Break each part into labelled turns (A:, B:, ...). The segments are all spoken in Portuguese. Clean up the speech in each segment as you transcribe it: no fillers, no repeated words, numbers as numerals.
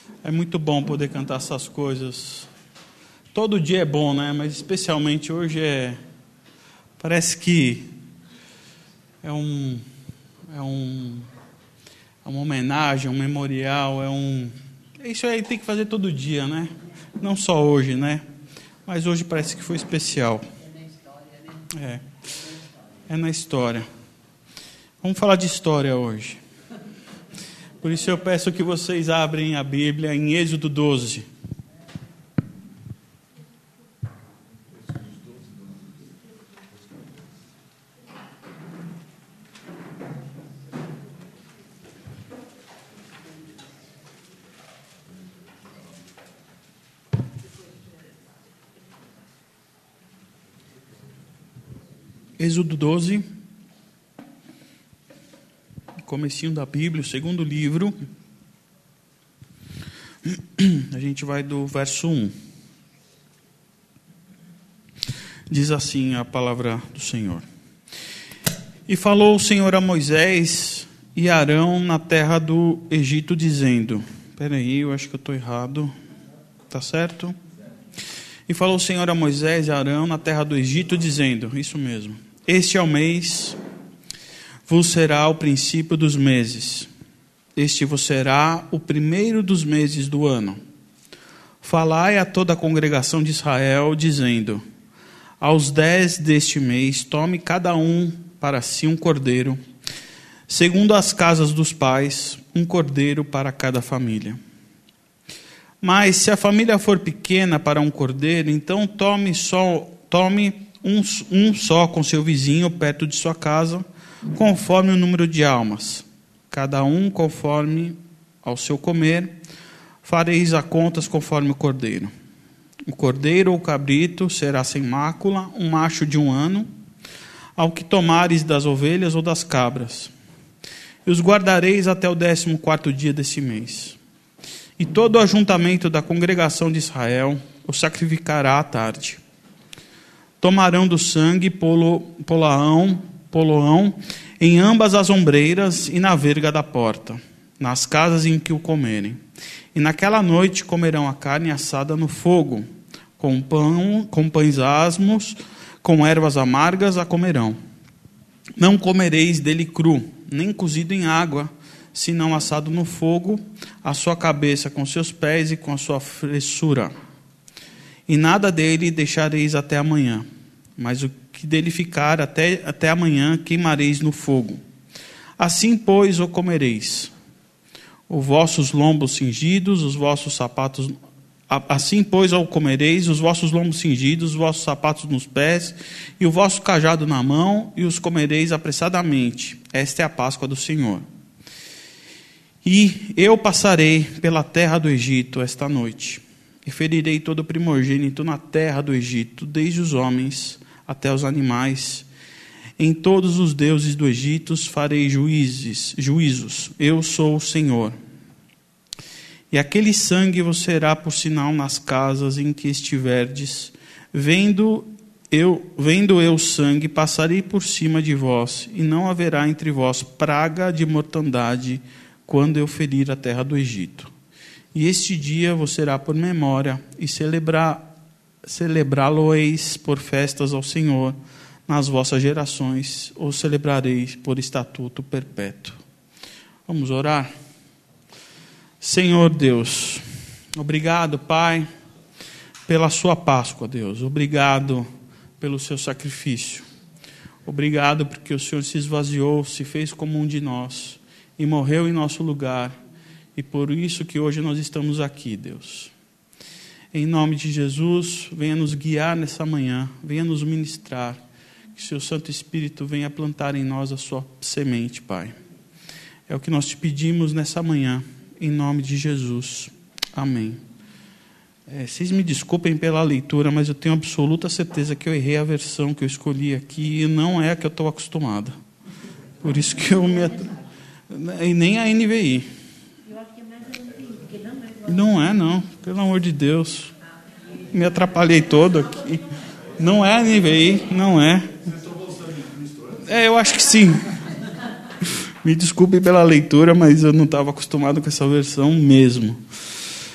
A: É muito bom poder cantar essas coisas. Todo dia é bom, né? Mas especialmente hoje parece que é uma homenagem, um memorial, isso aí tem que fazer todo dia, né? Não só hoje, né? Mas hoje parece que foi especial. É na história. Vamos falar de história hoje. Por isso eu peço que vocês abrem a Bíblia em Êxodo 12. Êxodo 12, comecinho da Bíblia, o segundo livro. A gente vai do verso 1. Diz assim a palavra do Senhor. E falou o Senhor a Moisés e Arão na terra do Egito, dizendo... Espera aí, eu acho que eu estou errado. Está certo? E falou o Senhor a Moisés e Arão na terra do Egito, dizendo... Isso mesmo. Este é o mês, vos será o princípio dos meses. Este vos será o primeiro dos meses do ano. Falai a toda a congregação de Israel, dizendo: aos 10 deste mês, tome cada um para si um cordeiro, segundo as casas dos pais, um cordeiro para cada família. Mas se a família for pequena para um cordeiro, então tome um só com seu vizinho perto de sua casa, conforme o número de almas, cada um conforme ao seu comer, fareis a contas conforme o cordeiro. O cordeiro ou cabrito será sem mácula, um macho de 1 ano, ao que tomares das ovelhas ou das cabras. E os guardareis até o 14º dia desse mês. E todo o ajuntamento da congregação de Israel o sacrificará à tarde. Tomarão do sangue poloão em ambas as ombreiras e na verga da porta, nas casas em que o comerem. E naquela noite comerão a carne assada no fogo, com pão, com pães asmos, com ervas amargas a comerão. Não comereis dele cru, nem cozido em água, senão assado no fogo, a sua cabeça com seus pés e com a sua fressura. E nada dele deixareis até amanhã, mas o que dele ficar até amanhã queimareis no fogo. Assim, pois, o comereis. Os vossos lombos cingidos, os vossos sapatos... Assim, pois, o comereis, os vossos lombos cingidos, os vossos sapatos nos pés, e o vosso cajado na mão, e os comereis apressadamente. Esta é a Páscoa do Senhor. E eu passarei pela terra do Egito esta noite, e ferirei todo o primogênito na terra do Egito, desde os homens até os animais. Em todos os deuses do Egito farei juízos. Eu sou o Senhor. E aquele sangue vos será por sinal nas casas em que estiverdes. Vendo eu o sangue, passarei por cima de vós, e não haverá entre vós praga de mortandade quando eu ferir a terra do Egito. E este dia vos será por memória, e celebrá-lo-eis por festas ao Senhor nas vossas gerações, ou celebrareis por estatuto perpétuo. Vamos orar? Senhor Deus, obrigado, Pai, pela sua Páscoa, Deus. Obrigado pelo seu sacrifício. Obrigado porque o Senhor se esvaziou, se fez como um de nós e morreu em nosso lugar. E por isso que hoje nós estamos aqui, Deus. Em nome de Jesus, venha nos guiar nessa manhã, venha nos ministrar. Que seu Santo Espírito venha plantar em nós a sua semente, Pai. É o que nós te pedimos nessa manhã, em nome de Jesus. Amém. Vocês me desculpem pela leitura, mas eu tenho absoluta certeza que eu errei a versão que eu escolhi aqui e não é a que eu estou acostumado. Por isso que eu me... E nem a NVI. Não é, não. Pelo amor de Deus. Me atrapalhei todo aqui. Não é a NVI, não é. Eu acho que sim. Me desculpe pela leitura, mas eu não estava acostumado com essa versão mesmo.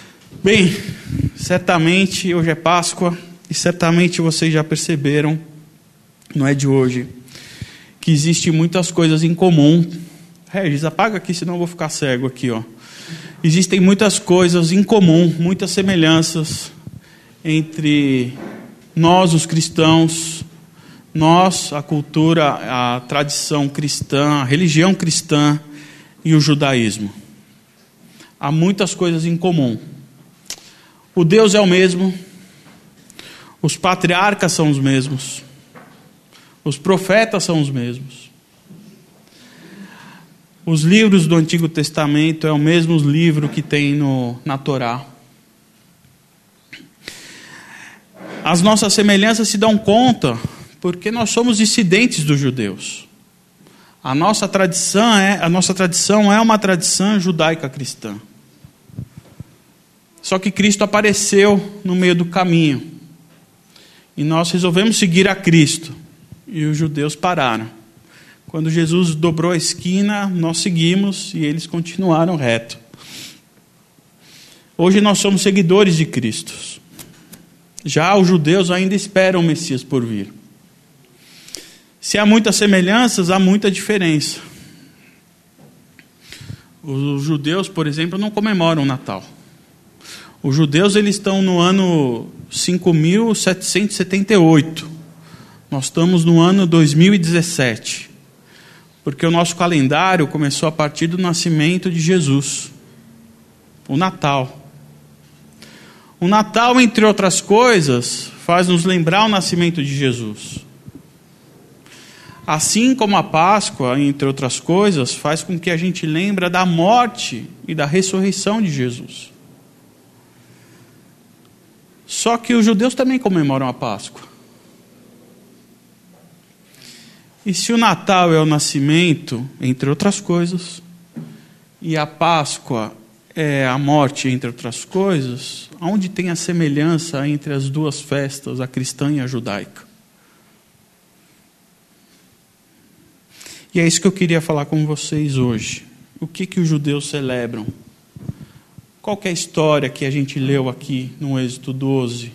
A: Bem, certamente hoje é Páscoa e certamente vocês já perceberam, não é de hoje, que existem muitas coisas em comum. Regis, apaga aqui, senão eu vou ficar cego aqui, ó. Existem muitas coisas em comum, muitas semelhanças entre nós, os cristãos, nós, a cultura, a tradição cristã, a religião cristã e o judaísmo. Há muitas coisas em comum. O Deus é o mesmo, os patriarcas são os mesmos, os profetas são os mesmos. Os livros do Antigo Testamento é o mesmo livro que tem na Torá. As nossas semelhanças se dão conta porque nós somos dissidentes dos judeus. A nossa tradição é uma tradição judaica cristã. Só que Cristo apareceu no meio do caminho. E nós resolvemos seguir a Cristo. E os judeus pararam. Quando Jesus dobrou a esquina, nós seguimos e eles continuaram reto. Hoje nós somos seguidores de Cristo. Já os judeus ainda esperam o Messias por vir. Se há muitas semelhanças, há muita diferença. Os judeus, por exemplo, não comemoram o Natal. Os judeus eles estão no ano 5.778. Nós estamos no ano 2017. Porque o nosso calendário começou a partir do nascimento de Jesus. O Natal. O Natal, entre outras coisas, faz nos lembrar o nascimento de Jesus. Assim como a Páscoa, entre outras coisas, faz com que a gente lembre da morte e da ressurreição de Jesus. Só que os judeus também comemoram a Páscoa. E se o Natal é o nascimento, entre outras coisas, e a Páscoa é a morte, entre outras coisas, onde tem a semelhança entre as duas festas, a cristã e a judaica? E é isso que eu queria falar com vocês hoje. O que os judeus celebram? Qual que é a história que a gente leu aqui no Êxodo 12?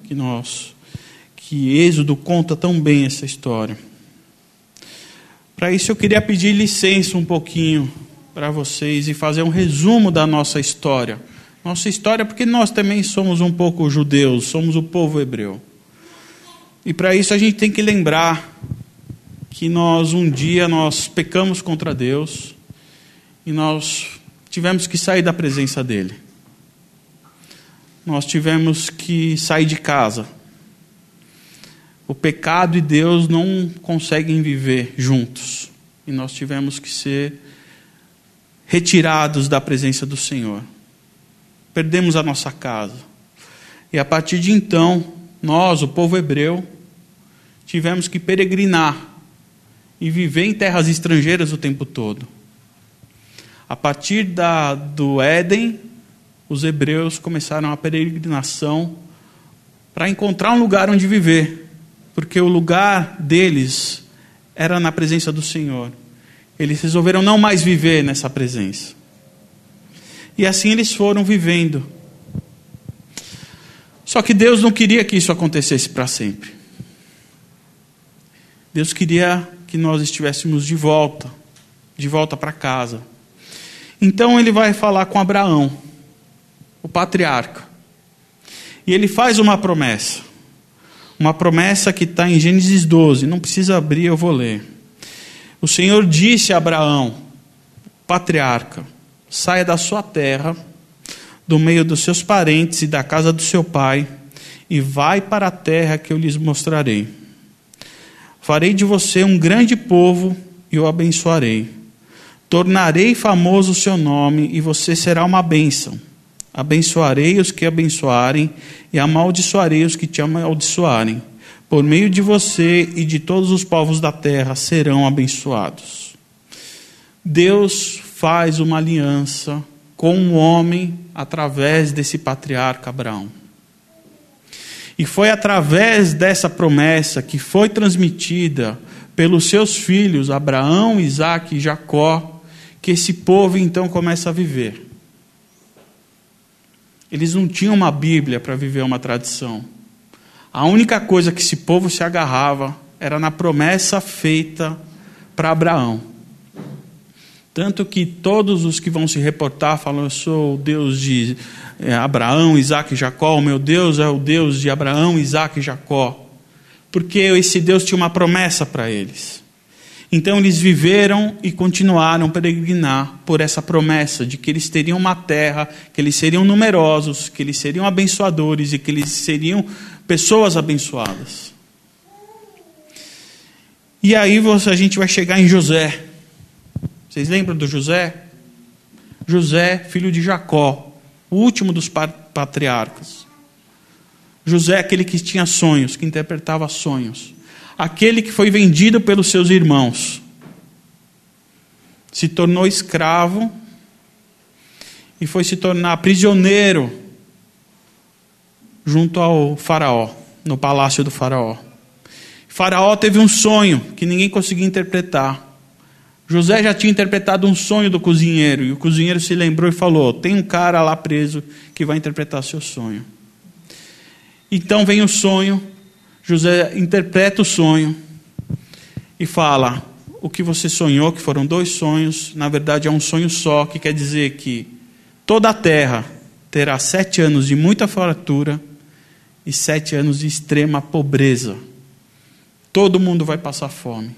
A: Que Êxodo conta tão bem essa história. Para isso eu queria pedir licença um pouquinho para vocês e fazer um resumo da nossa história. Nossa história porque nós também somos um pouco judeus, somos o povo hebreu. E para isso a gente tem que lembrar que um dia nós pecamos contra Deus e nós tivemos que sair da presença dele. Nós tivemos que sair de casa. O pecado e Deus não conseguem viver juntos. E nós tivemos que ser retirados da presença do Senhor. Perdemos a nossa casa. E a partir de então, nós, o povo hebreu, tivemos que peregrinar e viver em terras estrangeiras o tempo todo. A partir do Éden, os hebreus começaram a peregrinação para encontrar um lugar onde viver. Porque o lugar deles era na presença do Senhor. Eles resolveram não mais viver nessa presença. E assim eles foram vivendo. Só que Deus não queria que isso acontecesse para sempre. Deus queria que nós estivéssemos de volta para casa. Então ele vai falar com Abraão, o patriarca. E ele faz uma promessa. Uma promessa que está em Gênesis 12. Não precisa abrir, eu vou ler. O Senhor disse a Abraão, patriarca: saia da sua terra, do meio dos seus parentes e da casa do seu pai, e vai para a terra que eu lhes mostrarei. Farei de você um grande povo e o abençoarei. Tornarei famoso o seu nome e você será uma bênção. Abençoarei os que abençoarem e amaldiçoarei os que te amaldiçoarem. Por meio de você e de todos os povos da terra serão abençoados. Deus faz uma aliança com o homem através desse patriarca Abraão. E foi através dessa promessa que foi transmitida pelos seus filhos, Abraão, Isaque e Jacó, que esse povo então começa a viver. Eles não tinham uma Bíblia para viver uma tradição. A única coisa que esse povo se agarrava era na promessa feita para Abraão. Tanto que todos os que vão se reportar falam: eu sou o Deus de Abraão, Isaque e Jacó. O meu Deus é o Deus de Abraão, Isaque e Jacó. Porque esse Deus tinha uma promessa para eles. Então eles viveram e continuaram a peregrinar por essa promessa de que eles teriam uma terra, que eles seriam numerosos, que eles seriam abençoadores e que eles seriam pessoas abençoadas. E aí a gente vai chegar em José. Vocês lembram do José? José, filho de Jacó, o último dos patriarcas. José, aquele que tinha sonhos, que interpretava sonhos. Aquele que foi vendido pelos seus irmãos. Se tornou escravo e foi se tornar prisioneiro junto ao faraó, no palácio do faraó. Faraó teve um sonho que ninguém conseguia interpretar. José já tinha interpretado um sonho do cozinheiro, e o cozinheiro se lembrou e falou: tem um cara lá preso que vai interpretar seu sonho. Então vem o sonho, José interpreta o sonho e fala: o que você sonhou, que foram 2 sonhos, na verdade é um sonho só, que quer dizer que toda a terra terá 7 anos de muita fartura e 7 anos de extrema pobreza. Todo mundo vai passar fome.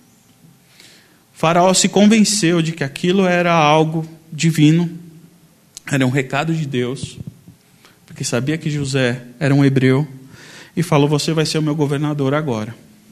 A: Faraó se convenceu de que aquilo era algo divino, era um recado de Deus, porque sabia que José era um hebreu, e falou: você vai ser o meu governador agora.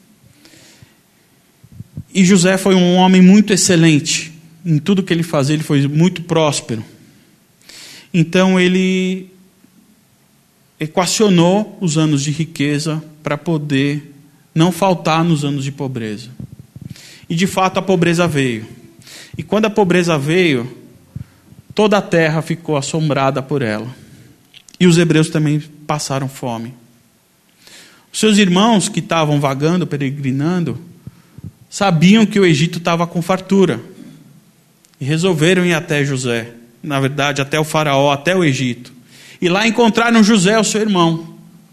A: E José foi um homem muito excelente, em tudo que ele fazia ele foi muito próspero. Então ele equacionou os anos de riqueza para poder não faltar nos anos de pobreza. E de fato a pobreza veio. E quando a pobreza veio, toda a terra ficou assombrada por ela. E os hebreus também passaram fome. Os seus irmãos que estavam vagando, peregrinando, sabiam que o Egito estava com fartura. E resolveram ir até José. Na verdade, até o faraó, até o Egito. E lá encontraram José, o seu irmão.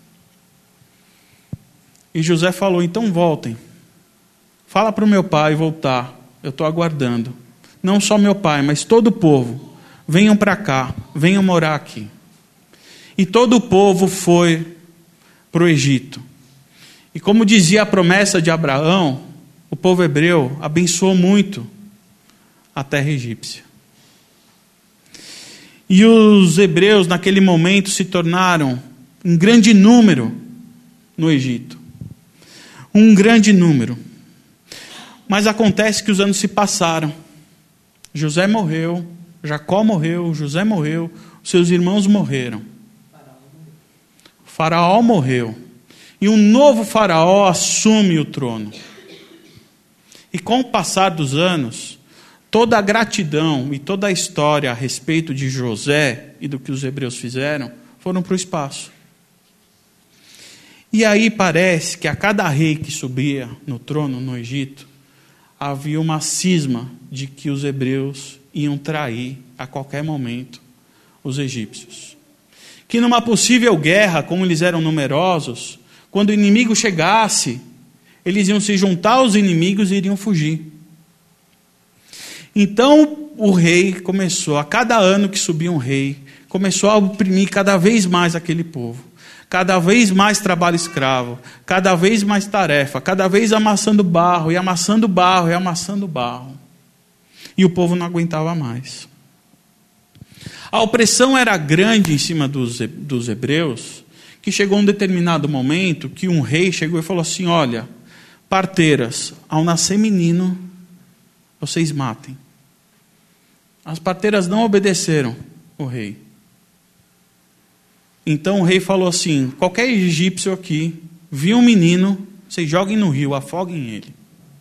A: E José falou: então voltem. Fala para o meu pai voltar, eu estou aguardando. Não só meu pai, mas todo o povo. Venham para cá, venham morar aqui. E todo o povo foi para o Egito. E como dizia a promessa de Abraão, o povo hebreu abençoou muito a terra egípcia. E os hebreus naquele momento se tornaram um grande número no Egito. Um grande número. Mas acontece que os anos se passaram. José morreu, Jacó morreu, José morreu, seus irmãos morreram. O faraó morreu. E um novo faraó assume o trono. E com o passar dos anos, toda a gratidão e toda a história a respeito de José e do que os hebreus fizeram foram para o espaço. E aí parece que a cada rei que subia no trono no Egito, havia uma cisma de que os hebreus iam trair a qualquer momento os egípcios. Que numa possível guerra, como eles eram numerosos, quando o inimigo chegasse, eles iam se juntar aos inimigos e iriam fugir. Então o rei começou, a cada ano que subia um rei, começou a oprimir cada vez mais aquele povo. Cada vez mais trabalho escravo, cada vez mais tarefa, cada vez amassando barro, e amassando barro, e amassando barro. E o povo não aguentava mais. A opressão era grande em cima dos hebreus, que chegou um determinado momento que um rei chegou e falou assim: olha, parteiras, ao nascer menino, vocês matem. As parteiras não obedeceram o rei. Então o rei falou assim: qualquer egípcio aqui, viu um menino, vocês joguem no rio, afoguem ele.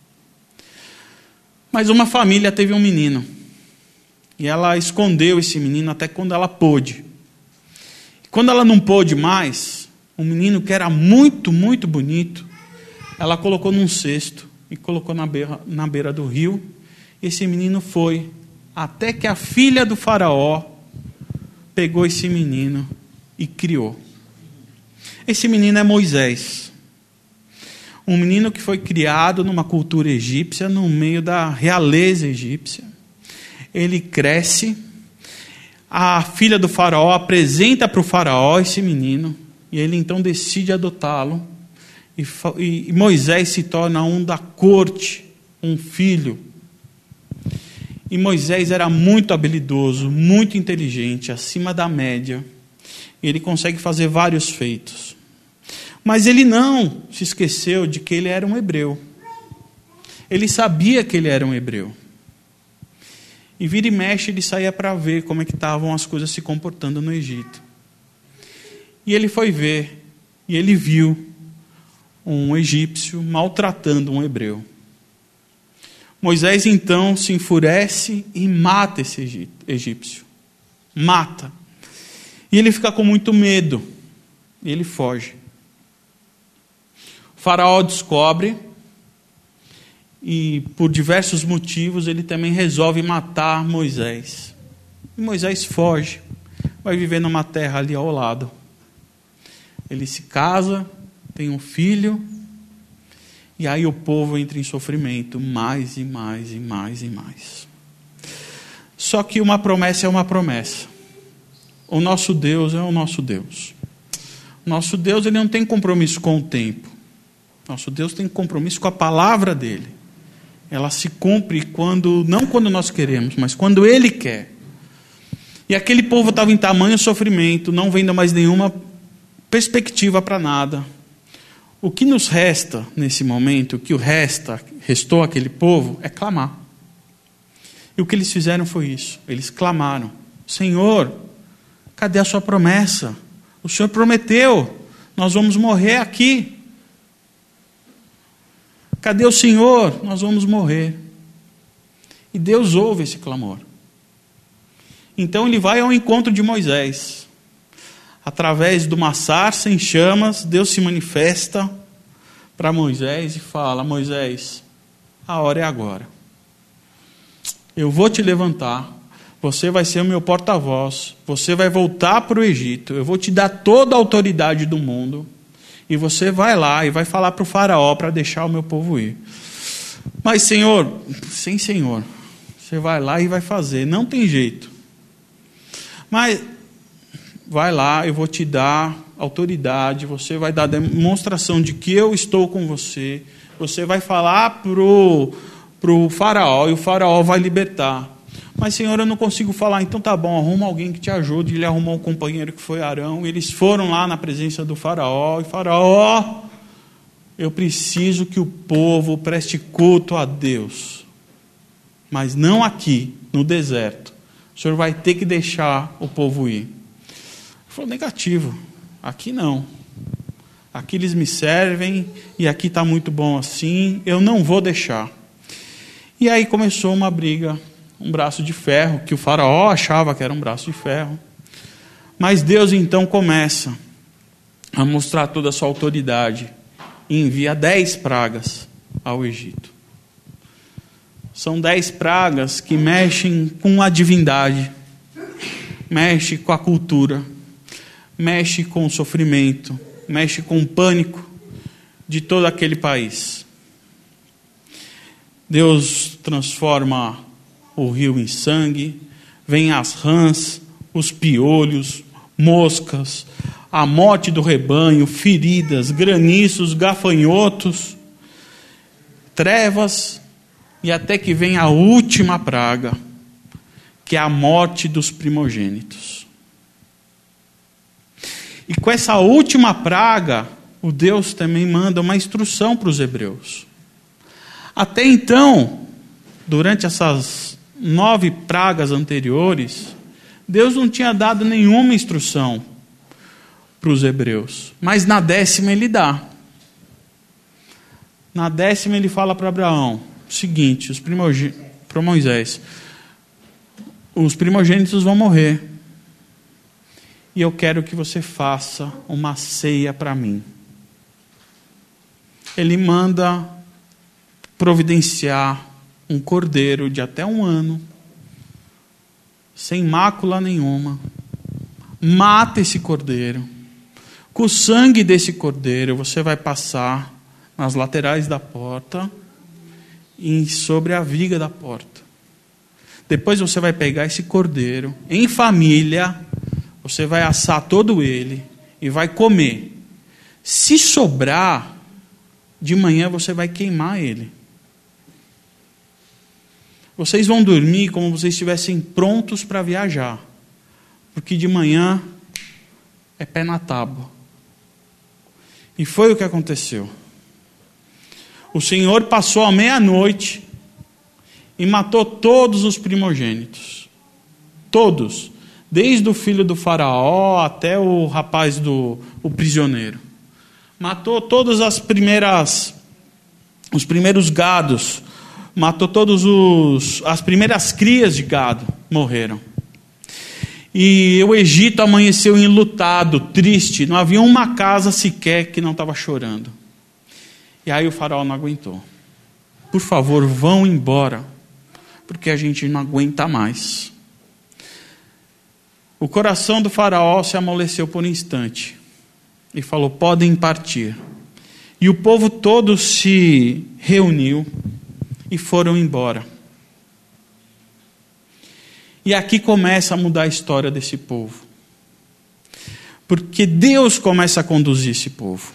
A: Mas uma família teve um menino. E ela escondeu esse menino até quando ela pôde. Quando ela não pôde mais, um menino que era muito, muito bonito, ela colocou num cesto e colocou na beira do rio. Esse menino foi até que a filha do faraó pegou esse menino e criou. Esse menino é Moisés. Um menino que foi criado numa cultura egípcia, no meio da realeza egípcia. Ele cresce, a filha do faraó apresenta para o faraó esse menino, e ele então decide adotá-lo, e Moisés se torna um da corte, um filho. E Moisés era muito habilidoso, muito inteligente, acima da média. Ele consegue fazer vários feitos. Mas ele não se esqueceu de que ele era um hebreu. Ele sabia que ele era um hebreu. E vira e mexe ele saía para ver como é que estavam as coisas se comportando no Egito. E ele foi ver, e ele viu um egípcio maltratando um hebreu. Moisés então se enfurece e mata esse egípcio. Mata. E ele fica com muito medo. E ele foge. O faraó descobre e por diversos motivos ele também resolve matar Moisés. E Moisés foge, vai viver numa terra ali ao lado. Ele se casa, tem um filho, e aí o povo entra em sofrimento, mais e mais e mais e mais. Só que uma promessa é uma promessa. O nosso Deus é o nosso Deus. O nosso Deus, ele não tem compromisso com o tempo. Nosso Deus tem compromisso com a palavra dele. Ela se cumpre não quando nós queremos, mas quando ele quer. E aquele povo estava em tamanho sofrimento, não vendo mais nenhuma perspectiva para nada. O que nos resta nesse momento, o que restou àquele povo, é clamar. E o que eles fizeram foi isso. Eles clamaram: Senhor, cadê a sua promessa? O Senhor prometeu, nós vamos morrer aqui. Cadê o Senhor? Nós vamos morrer. E Deus ouve esse clamor. Então ele vai ao encontro de Moisés. Através de uma sarça em chamas, Deus se manifesta para Moisés e fala: Moisés, a hora é agora. Eu vou te levantar, você vai ser o meu porta-voz, você vai voltar para o Egito, eu vou te dar toda a autoridade do mundo, e você vai lá e vai falar para o faraó para deixar o meu povo ir. Mas Senhor, sim Senhor, você vai lá e vai fazer, não tem jeito. Mas vai lá, eu vou te dar autoridade, você vai dar demonstração de que eu estou com você, você vai falar pro faraó e o faraó vai libertar. Mas Senhor, eu não consigo falar. Então tá bom, arruma alguém que te ajude. Ele arrumou um companheiro que foi Arão, e eles foram lá na presença do faraó, e faraó, eu preciso que o povo preste culto a Deus, mas não aqui, no deserto. O Senhor vai ter que deixar o povo ir. Ele falou: negativo, aqui não. Aqui eles me servem e aqui está muito bom assim, eu não vou deixar. E aí começou uma briga, um braço de ferro, que o faraó achava que era um braço de ferro. Mas Deus então começa a mostrar toda a sua autoridade e envia 10 pragas ao Egito. São 10 pragas que mexem com a divindade, mexe com a cultura, mexe com o sofrimento, mexe com o pânico de todo aquele país. Deus transforma o rio em sangue, vem as rãs, os piolhos, moscas, a morte do rebanho, feridas, graniços, gafanhotos, trevas, e até que vem a última praga, que é a morte dos primogênitos. E com essa última praga, o Deus também manda uma instrução para os hebreus. Até então, durante essas 9 pragas anteriores, Deus não tinha dado nenhuma instrução para os hebreus. Mas na 10ª ele dá. Na 10ª ele fala para Abraão o seguinte, para Moisés: os primogênitos vão morrer. E eu quero que você faça uma ceia para mim. Ele manda providenciar um cordeiro de até 1 ano, sem mácula nenhuma, mata esse cordeiro. Com o sangue desse cordeiro, você vai passar nas laterais da porta e sobre a viga da porta. Depois você vai pegar esse cordeiro, em família, você vai assar todo ele e vai comer. Se sobrar, de manhã você vai queimar ele. Vocês vão dormir como vocês estivessem prontos para viajar. Porque de manhã é pé na tábua. E foi o que aconteceu. O Senhor passou a meia-noite e matou todos os primogênitos. Todos. Desde o filho do faraó até o rapaz o prisioneiro. Matou todas os primeiros gados. Matou as primeiras crias de gado. Morreram. E o Egito amanheceu enlutado, triste. Não havia uma casa sequer que não estava chorando. E aí o faraó não aguentou. Por favor, vão embora, porque a gente não aguenta mais. O coração do faraó se amoleceu por um instante. E falou, podem partir. E o povo todo se reuniu e foram embora. E aqui começa a mudar a história desse povo. Porque Deus começa a conduzir esse povo.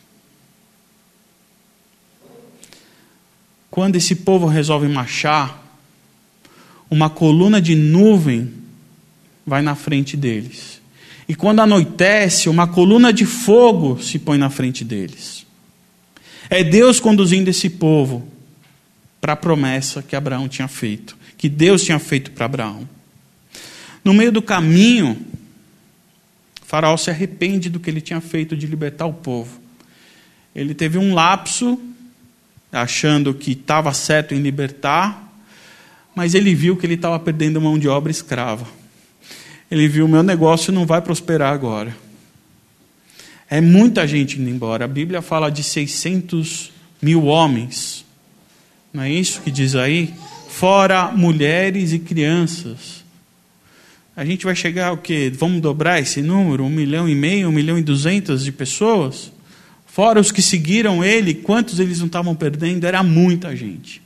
A: Quando esse povo resolve marchar, uma coluna de nuvem vai na frente deles. E quando anoitece, uma coluna de fogo se põe na frente deles. É Deus conduzindo esse povo para a promessa que Abraão tinha feito, que Deus tinha feito para Abraão. No meio do caminho, Faraó se arrepende do que ele tinha feito de libertar o povo. Ele teve um lapso, achando que estava certo em libertar, mas ele viu que ele estava perdendo mão de obra escrava. Ele viu, meu negócio não vai prosperar agora. É muita gente indo embora. A Bíblia fala de 600 mil homens. Não é isso que diz aí? Fora mulheres e crianças. A gente vai chegar ao quê? Vamos dobrar esse número? 1,5 milhão, 1.200.000 de pessoas? Fora os que seguiram ele, quantos eles não estavam perdendo? Era muita gente.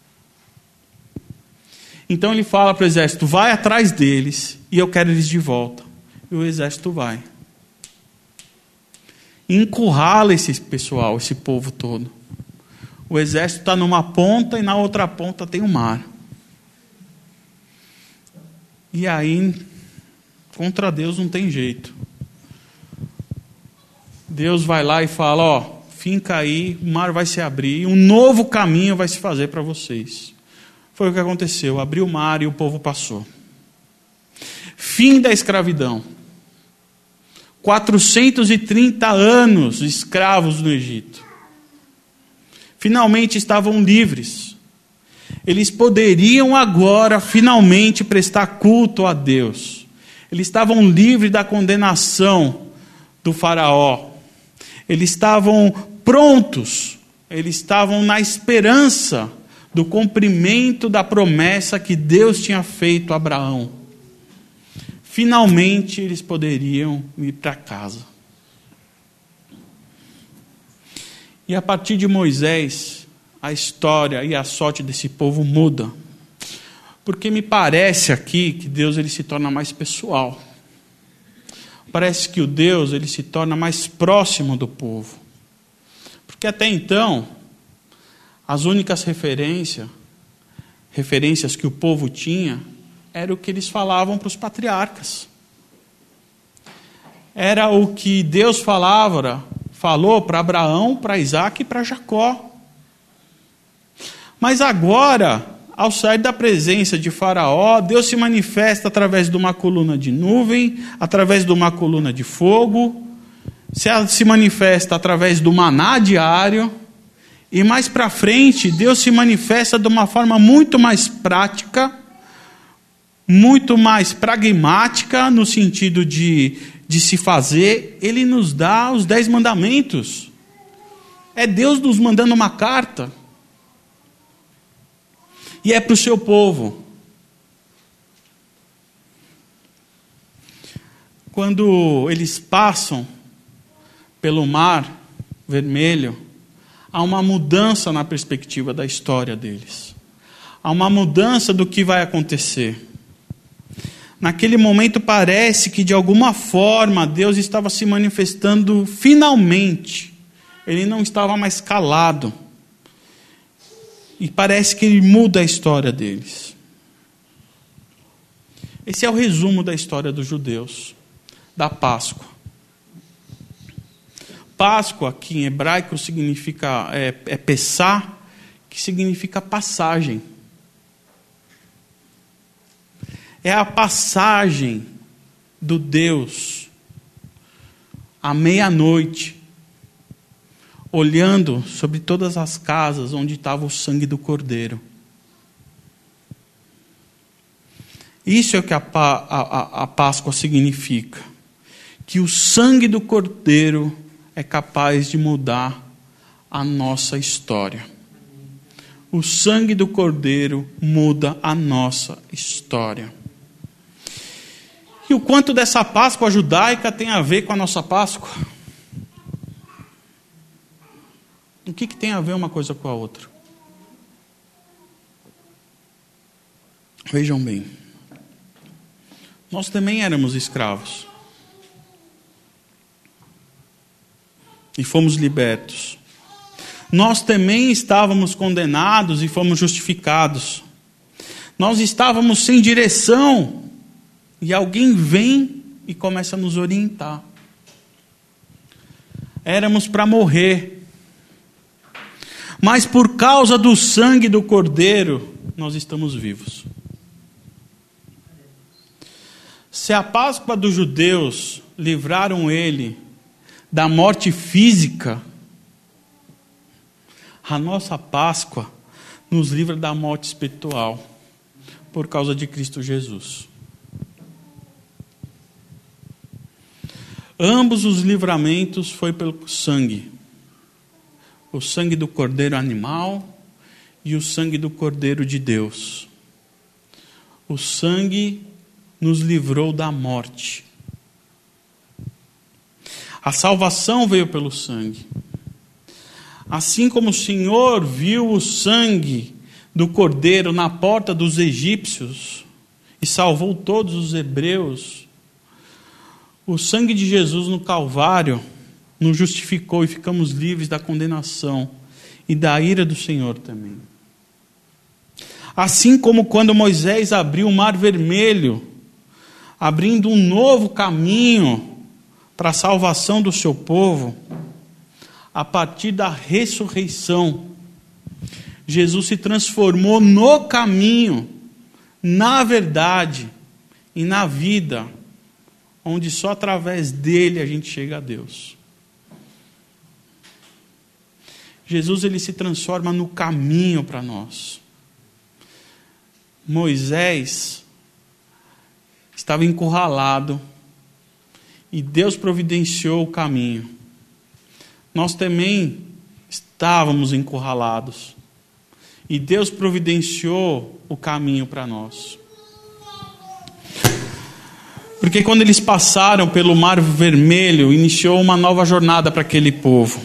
A: Então ele fala para o exército, vai atrás deles e eu quero eles de volta. E o exército vai. E encurrala esse pessoal, esse povo todo. O exército está numa ponta e na outra ponta tem o mar. E aí, contra Deus não tem jeito. Deus vai lá e fala, ó, finca aí, o mar vai se abrir, e um novo caminho vai se fazer para vocês. Foi o que aconteceu, abriu o mar e o povo passou. Fim da escravidão. 430 anos escravos no Egito. Finalmente estavam livres. Eles poderiam agora finalmente prestar culto a Deus. Eles estavam livres da condenação do faraó. Eles estavam prontos. Eles estavam na esperança do cumprimento da promessa que Deus tinha feito a Abraão. Finalmente eles poderiam ir para casa. E a partir de Moisés, a história e a sorte desse povo muda. Porque me parece aqui que Deus ele se torna mais pessoal. Parece que o Deus ele se torna mais próximo do povo. Porque até então, as únicas referências que o povo tinha, era o que eles falavam para os patriarcas. Era o que Deus falou para Abraão, para Isaac e para Jacó. Mas agora, ao sair da presença de Faraó, Deus se manifesta através de uma coluna de nuvem, através de uma coluna de fogo, se manifesta através do maná diário, e mais para frente, Deus se manifesta de uma forma muito mais prática, muito mais pragmática, no sentido de se fazer. Ele nos dá os 10 mandamentos. É Deus nos mandando uma carta. E é para o seu povo. quando eles passam pelo Mar Vermelho, há uma mudança na perspectiva da história deles. Há uma mudança do que vai acontecer. Naquele momento parece que de alguma forma Deus estava se manifestando finalmente. Ele não estava mais calado. E parece que ele muda a história deles. Esse é o resumo da história dos judeus, da Páscoa. Páscoa, que em hebraico significa Pessá, que significa passagem. É a passagem do Deus à meia-noite, olhando sobre todas as casas onde estava o sangue do Cordeiro. Isso é o que a Páscoa significa. Que o sangue do Cordeiro é capaz de mudar a nossa história. O sangue do Cordeiro muda a nossa história. E o quanto dessa Páscoa judaica tem a ver com a nossa Páscoa? O que tem a ver uma coisa com a outra? Vejam bem. Nós também éramos escravos. E fomos libertos. Nós também estávamos condenados e fomos justificados. Nós estávamos sem direção. E alguém vem e começa a nos orientar. Éramos para morrer. Mas por causa do sangue do Cordeiro, nós estamos vivos. Se a Páscoa dos judeus livraram ele da morte física, a nossa Páscoa nos livra da morte espiritual, por causa de Cristo Jesus. Ambos os livramentos foi pelo sangue. O sangue do cordeiro animal e o sangue do Cordeiro de Deus. O sangue nos livrou da morte. A salvação veio pelo sangue. Assim como o Senhor viu o sangue do Cordeiro na porta dos egípcios e salvou todos os hebreus, o sangue de Jesus no Calvário nos justificou e ficamos livres da condenação e da ira do Senhor também. Assim como quando Moisés abriu o Mar Vermelho, abrindo um novo caminho para a salvação do seu povo, a partir da ressurreição, Jesus se transformou no caminho, na verdade e na vida, onde só através dele a gente chega a Deus. Jesus, ele se transforma no caminho para nós. Moisés estava encurralado e Deus providenciou o caminho. Nós também estávamos encurralados e Deus providenciou o caminho para nós. Porque quando eles passaram pelo Mar Vermelho, iniciou uma nova jornada para aquele povo.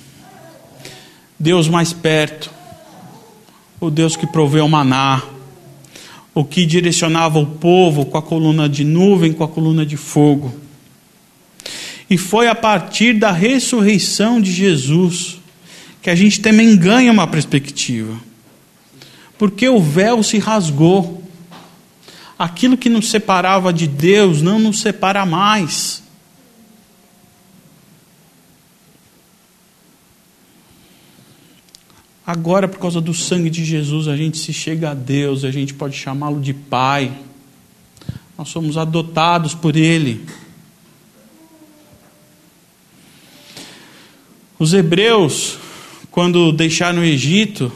A: Deus mais perto, o Deus que proveu o maná, o que direcionava o povo com a coluna de nuvem, com a coluna de fogo. E foi a partir da ressurreição de Jesus que a gente também ganha uma perspectiva. Porque o véu se rasgou. Aquilo que nos separava de Deus não nos separa mais. Agora, por causa do sangue de Jesus, a gente se chega a Deus, a gente pode chamá-lo de Pai. Nós somos adotados por Ele. Os hebreus, quando deixaram o Egito,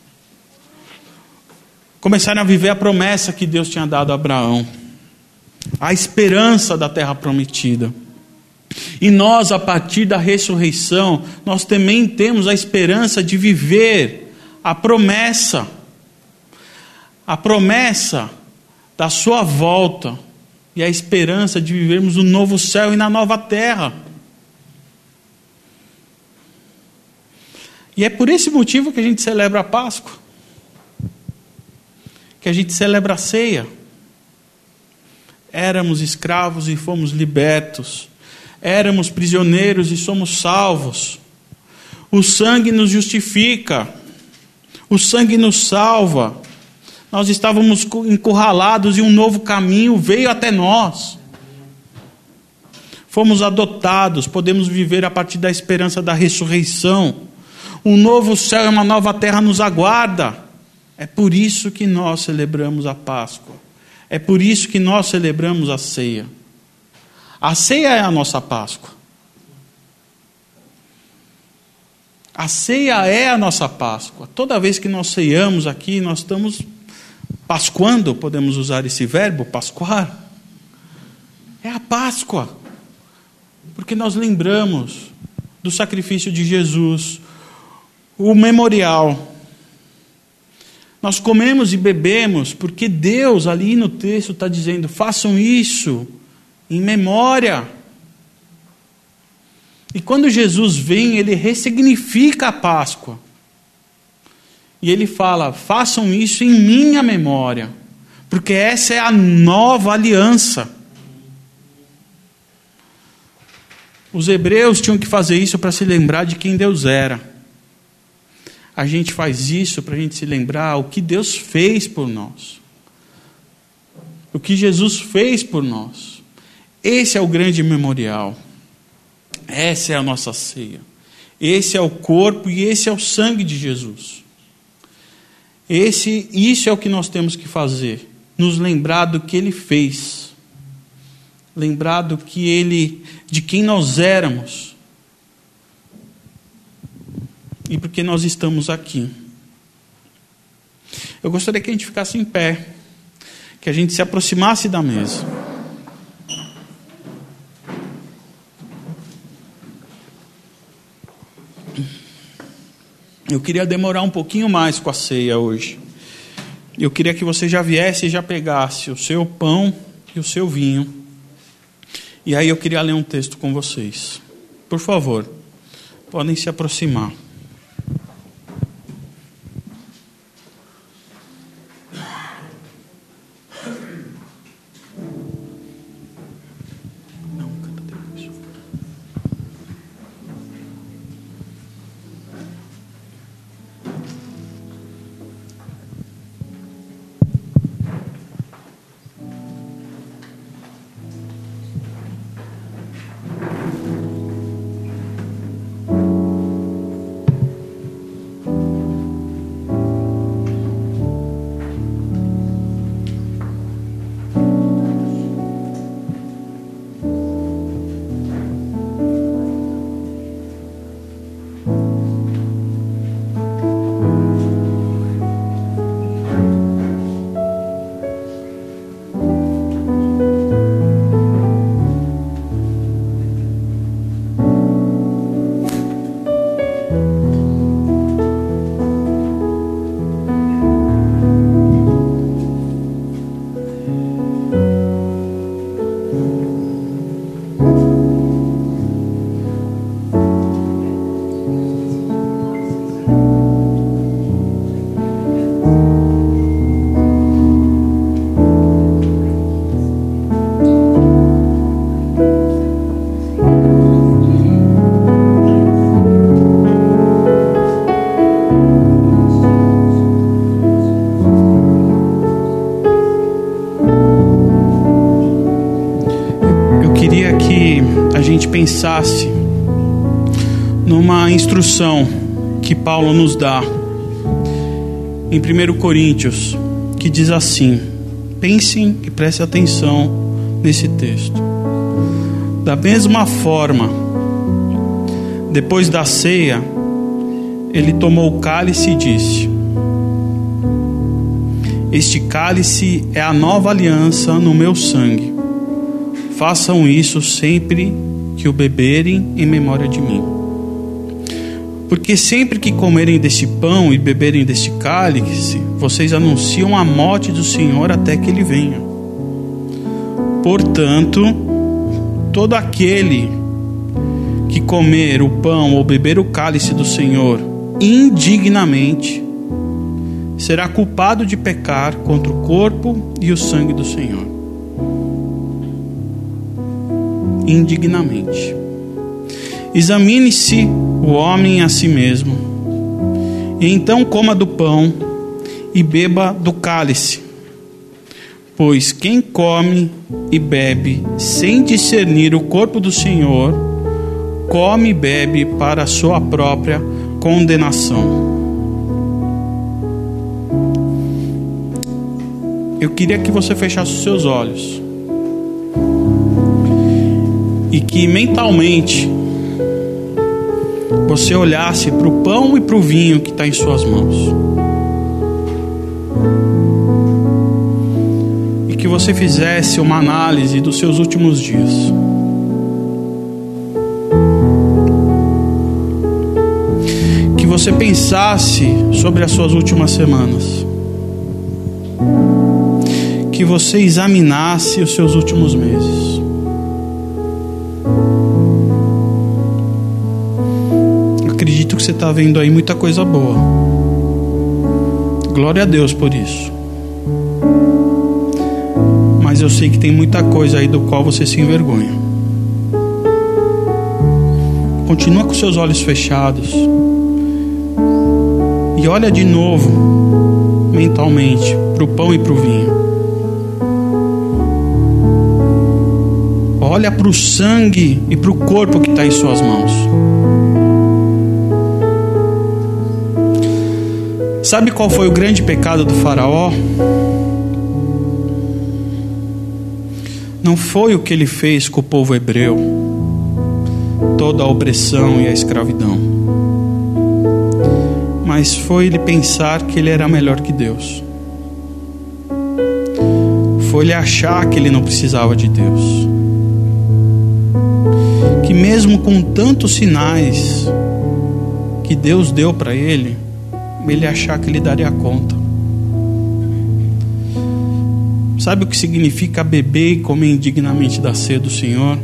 A: começaram a viver a promessa que Deus tinha dado a Abraão. A esperança da terra prometida. E nós, a partir da ressurreição, nós também temos a esperança de viver a promessa. A promessa da sua volta e a esperança de vivermos no novo céu e na nova terra. E é por esse motivo que a gente celebra a Páscoa, que a gente celebra a ceia. Éramos escravos e fomos libertos. Éramos prisioneiros e somos salvos. O sangue nos justifica. O sangue nos salva. Nós estávamos encurralados e um novo caminho veio até nós. Fomos adotados, podemos viver a partir da esperança da ressurreição. Um novo céu e uma nova terra nos aguarda. É por isso que nós celebramos a Páscoa. É por isso que nós celebramos a ceia. A ceia é a nossa Páscoa. A ceia é a nossa Páscoa. Toda vez que nós ceiamos aqui, nós estamos pascuando, podemos usar esse verbo, pascuar. É a Páscoa. Porque nós lembramos do sacrifício de Jesus, o memorial. Nós comemos e bebemos porque Deus, ali no texto, está dizendo: façam isso em memória. E quando Jesus vem, ele ressignifica a Páscoa. E ele fala: façam isso em minha memória, porque essa é a nova aliança. Os hebreus tinham que fazer isso para se lembrar de quem Deus era. A gente faz isso para a gente se lembrar o que Deus fez por nós. O que Jesus fez por nós. Esse é o grande memorial. Essa é a nossa ceia. Esse é o corpo e esse é o sangue de Jesus. Isso é o que nós temos que fazer. Nos lembrar do que Ele fez. Lembrar de quem nós éramos. E porque nós estamos aqui. Eu gostaria que a gente ficasse em pé, que a gente se aproximasse da mesa. Eu queria demorar um pouquinho mais com a ceia hoje. Eu queria que você já viesse e já pegasse o seu pão e o seu vinho. E aí eu queria ler um texto com vocês. Por favor, podem se aproximar. Pensasse numa instrução que Paulo nos dá em 1 Coríntios, que diz assim: pensem e prestem atenção nesse texto. Da mesma forma, depois da ceia, ele tomou o cálice e disse: este cálice é a nova aliança no meu sangue. Façam isso sempre que o beberem em memória de mim. Porque sempre que comerem deste pão e beberem deste cálice, vocês anunciam a morte do Senhor até que Ele venha. Portanto, todo aquele que comer o pão ou beber o cálice do Senhor indignamente será culpado de pecar contra o corpo e o sangue do Senhor. Indignamente. Examine-se o homem a si mesmo, e então coma do pão e beba do cálice. Pois quem come e bebe sem discernir o corpo do Senhor, come e bebe para a sua própria condenação. Eu queria que você fechasse os seus olhos e que mentalmente você olhasse para o pão e para o vinho que está em suas mãos. E que você fizesse uma análise dos seus últimos dias. Que você pensasse sobre as suas últimas semanas. Que você examinasse os seus últimos meses. Acredito que você está vendo aí muita coisa boa. Glória a Deus por isso. Mas eu sei que tem muita coisa aí do qual você se envergonha. Continua com seus olhos fechados e olha de novo mentalmente para o pão e para o vinho. Olha para o sangue e para o corpo que está em suas mãos. Sabe qual foi o grande pecado do faraó? Não foi o que ele fez com o povo hebreu, toda a opressão e a escravidão, mas foi ele pensar que ele era melhor que Deus. Foi ele achar que ele não precisava de Deus. Que mesmo com tantos sinais que Deus deu para ele, ele achar que ele daria conta. Sabe o que significa beber e comer indignamente da ceia do Senhor?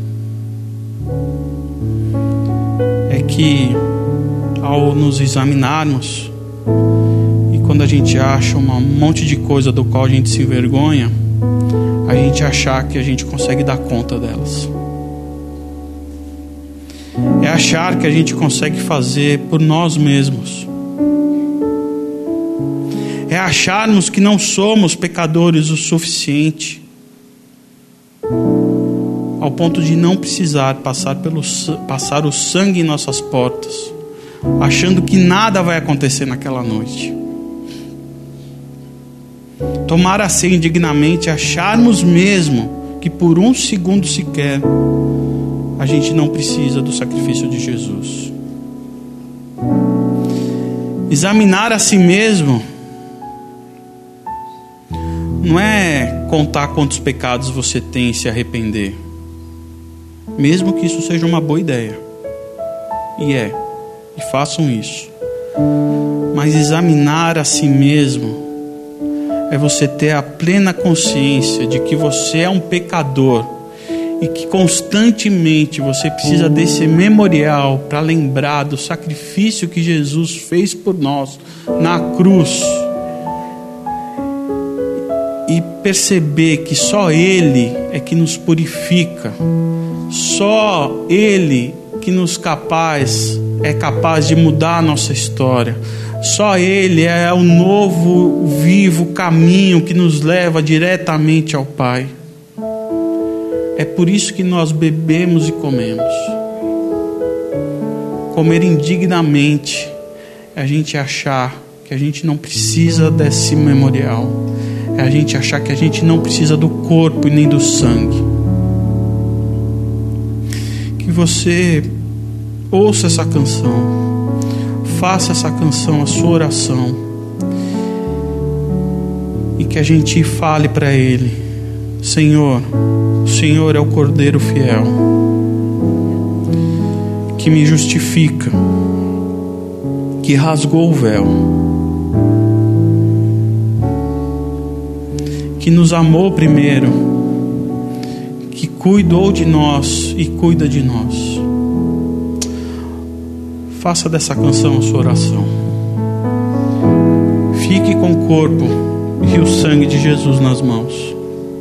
A: É que ao nos examinarmos e quando a gente acha um monte de coisa do qual a gente se envergonha, a gente achar que a gente consegue dar conta delas. É achar que a gente consegue fazer por nós mesmos. É acharmos que não somos pecadores o suficiente ao ponto de não precisar passar o sangue em nossas portas, achando que nada vai acontecer naquela noite. Tomar a ceia indignamente, acharmos mesmo que por um segundo sequer a gente não precisa do sacrifício de Jesus. Examinar a si mesmo não é contar quantos pecados você tem e se arrepender, mesmo que isso seja uma boa ideia, e façam isso. Mas examinar a si mesmo é você ter a plena consciência de que você é um pecador e que constantemente você precisa desse memorial para lembrar do sacrifício que Jesus fez por nós na cruz. E perceber que só Ele é que nos purifica, só Ele que é capaz de mudar a nossa história, só Ele é o novo, vivo caminho que nos leva diretamente ao Pai. É por isso que nós bebemos e comemos. Comer indignamente é a gente achar que a gente não precisa desse memorial. É a gente achar que a gente não precisa do corpo e nem do sangue. Que você ouça essa canção, faça essa canção a sua oração, e que a gente fale para Ele: Senhor, o Senhor é o Cordeiro fiel, que me justifica, que rasgou o véu, que nos amou primeiro cuidou de nós e cuida de nós. Faça dessa canção a sua oração. Fique com o corpo e o sangue de Jesus nas mãos.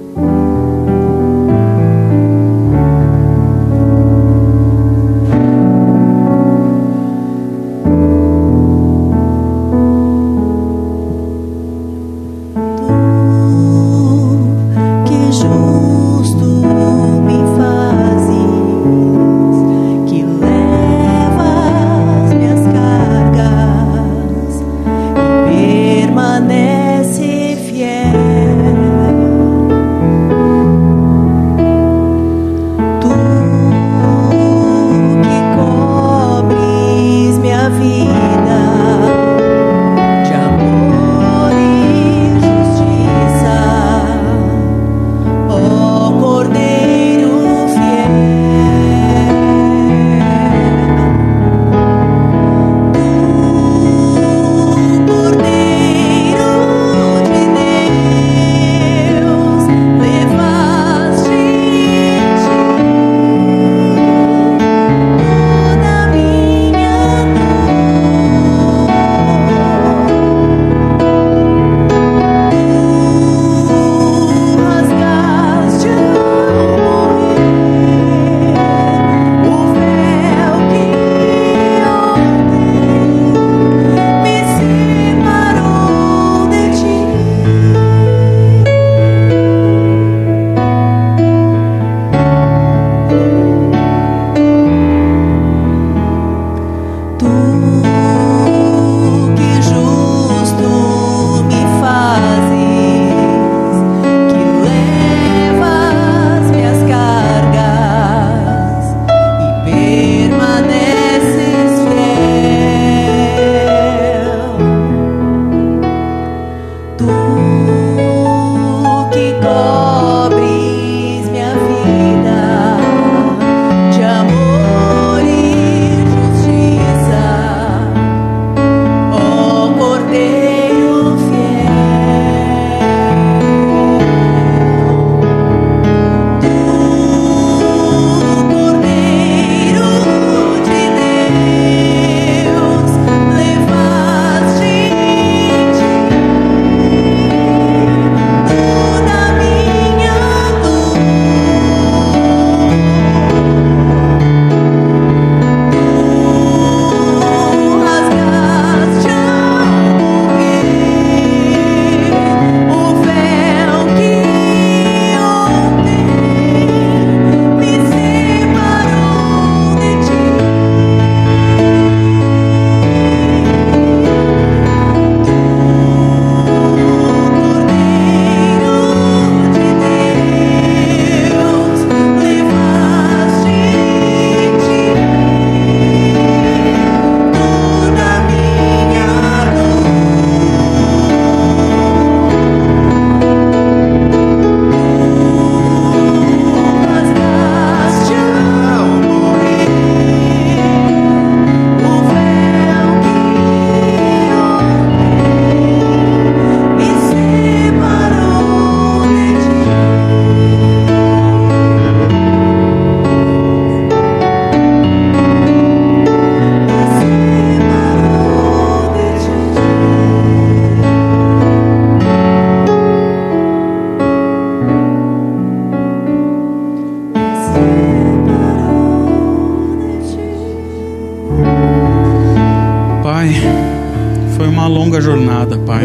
A: longa jornada, Pai.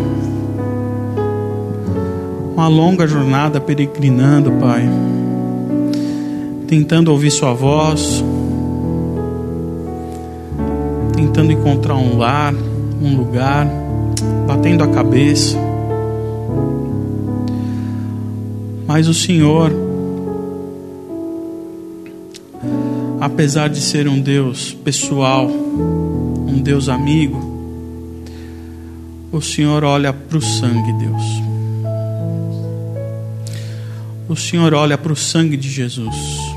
A: Uma longa jornada peregrinando, Pai. Tentando ouvir Sua voz. Tentando encontrar um lar, um lugar. Batendo a cabeça. Mas o Senhor, apesar de ser um Deus pessoal, um Deus amigo, o Senhor olha para o sangue, Deus. O Senhor olha para o sangue de Jesus.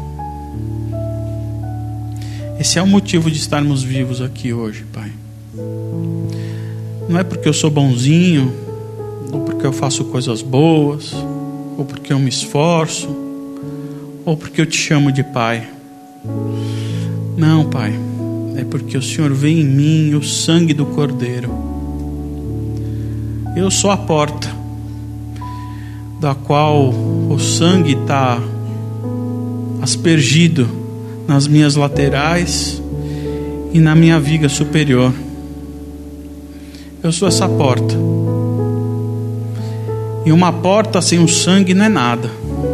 A: Esse é o motivo de estarmos vivos aqui hoje, Pai. Não é porque eu sou bonzinho, ou porque eu faço coisas boas, ou porque eu me esforço, ou porque eu te chamo de Pai. Não, Pai, é porque o Senhor vê em mim o sangue do Cordeiro. Eu sou a porta, da qual o sangue está aspergido nas minhas laterais e na minha viga superior. Eu sou essa porta. E uma porta sem o sangue não é nada.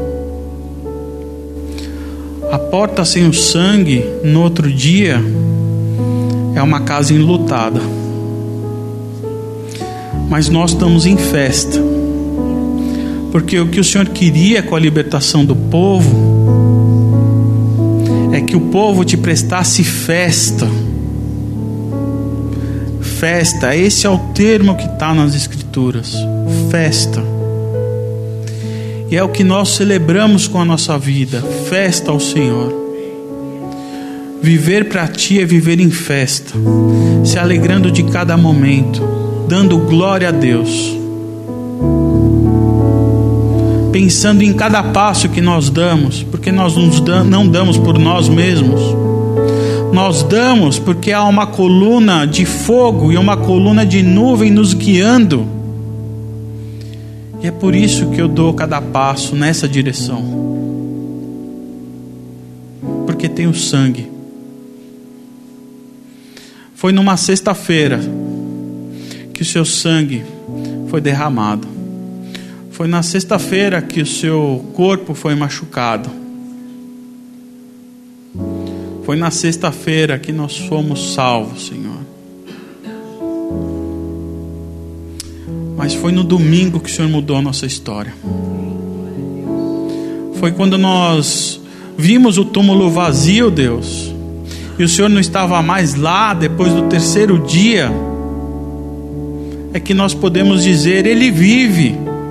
A: A porta sem o sangue, no outro dia, é uma casa enlutada. Mas nós estamos em festa. Porque o que o Senhor queria com a libertação do povo é que o povo te prestasse festa. Festa, esse é o termo que está nas Escrituras. Festa. E é o que nós celebramos com a nossa vida. Festa ao Senhor. Viver para Ti é viver em festa, se alegrando de cada momento, dando glória a Deus, pensando em cada passo que nós damos, porque nós não damos por nós mesmos. Nós damos porque há uma coluna de fogo e uma coluna de nuvem nos guiando. E é por isso que eu dou cada passo nessa direção. Porque tem o sangue. Foi numa sexta-feira que o seu sangue foi derramado. Foi na sexta-feira que o seu corpo foi machucado. Foi na sexta-feira que nós fomos salvos, Senhor. Mas foi no domingo que o Senhor mudou a nossa história. Foi quando nós vimos o túmulo vazio, Deus, e o Senhor não estava mais lá depois do terceiro dia, é que nós podemos dizer: Ele vive.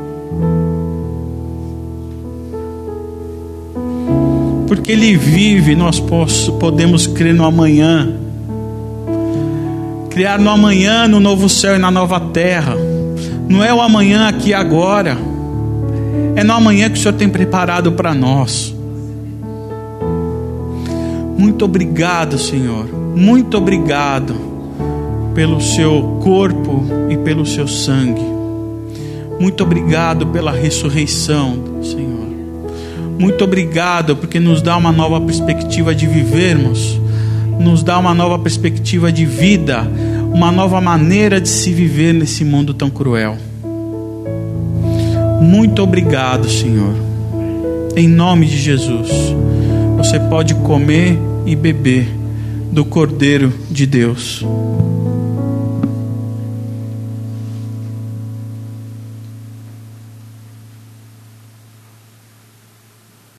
A: Porque Ele vive, nós podemos crer no amanhã. Criar no amanhã, no novo céu e na nova terra. Não é o amanhã aqui e agora. É no amanhã que o Senhor tem preparado para nós. Muito obrigado, Senhor. Muito obrigado pelo seu corpo e pelo seu sangue. Muito obrigado pela ressurreição, Senhor. Muito obrigado porque nos dá uma nova perspectiva de vivermos. Nos dá uma nova perspectiva de vida. Uma nova maneira de se viver nesse mundo tão cruel. Muito obrigado, Senhor. Em nome de Jesus, você pode comer e beber do Cordeiro de Deus.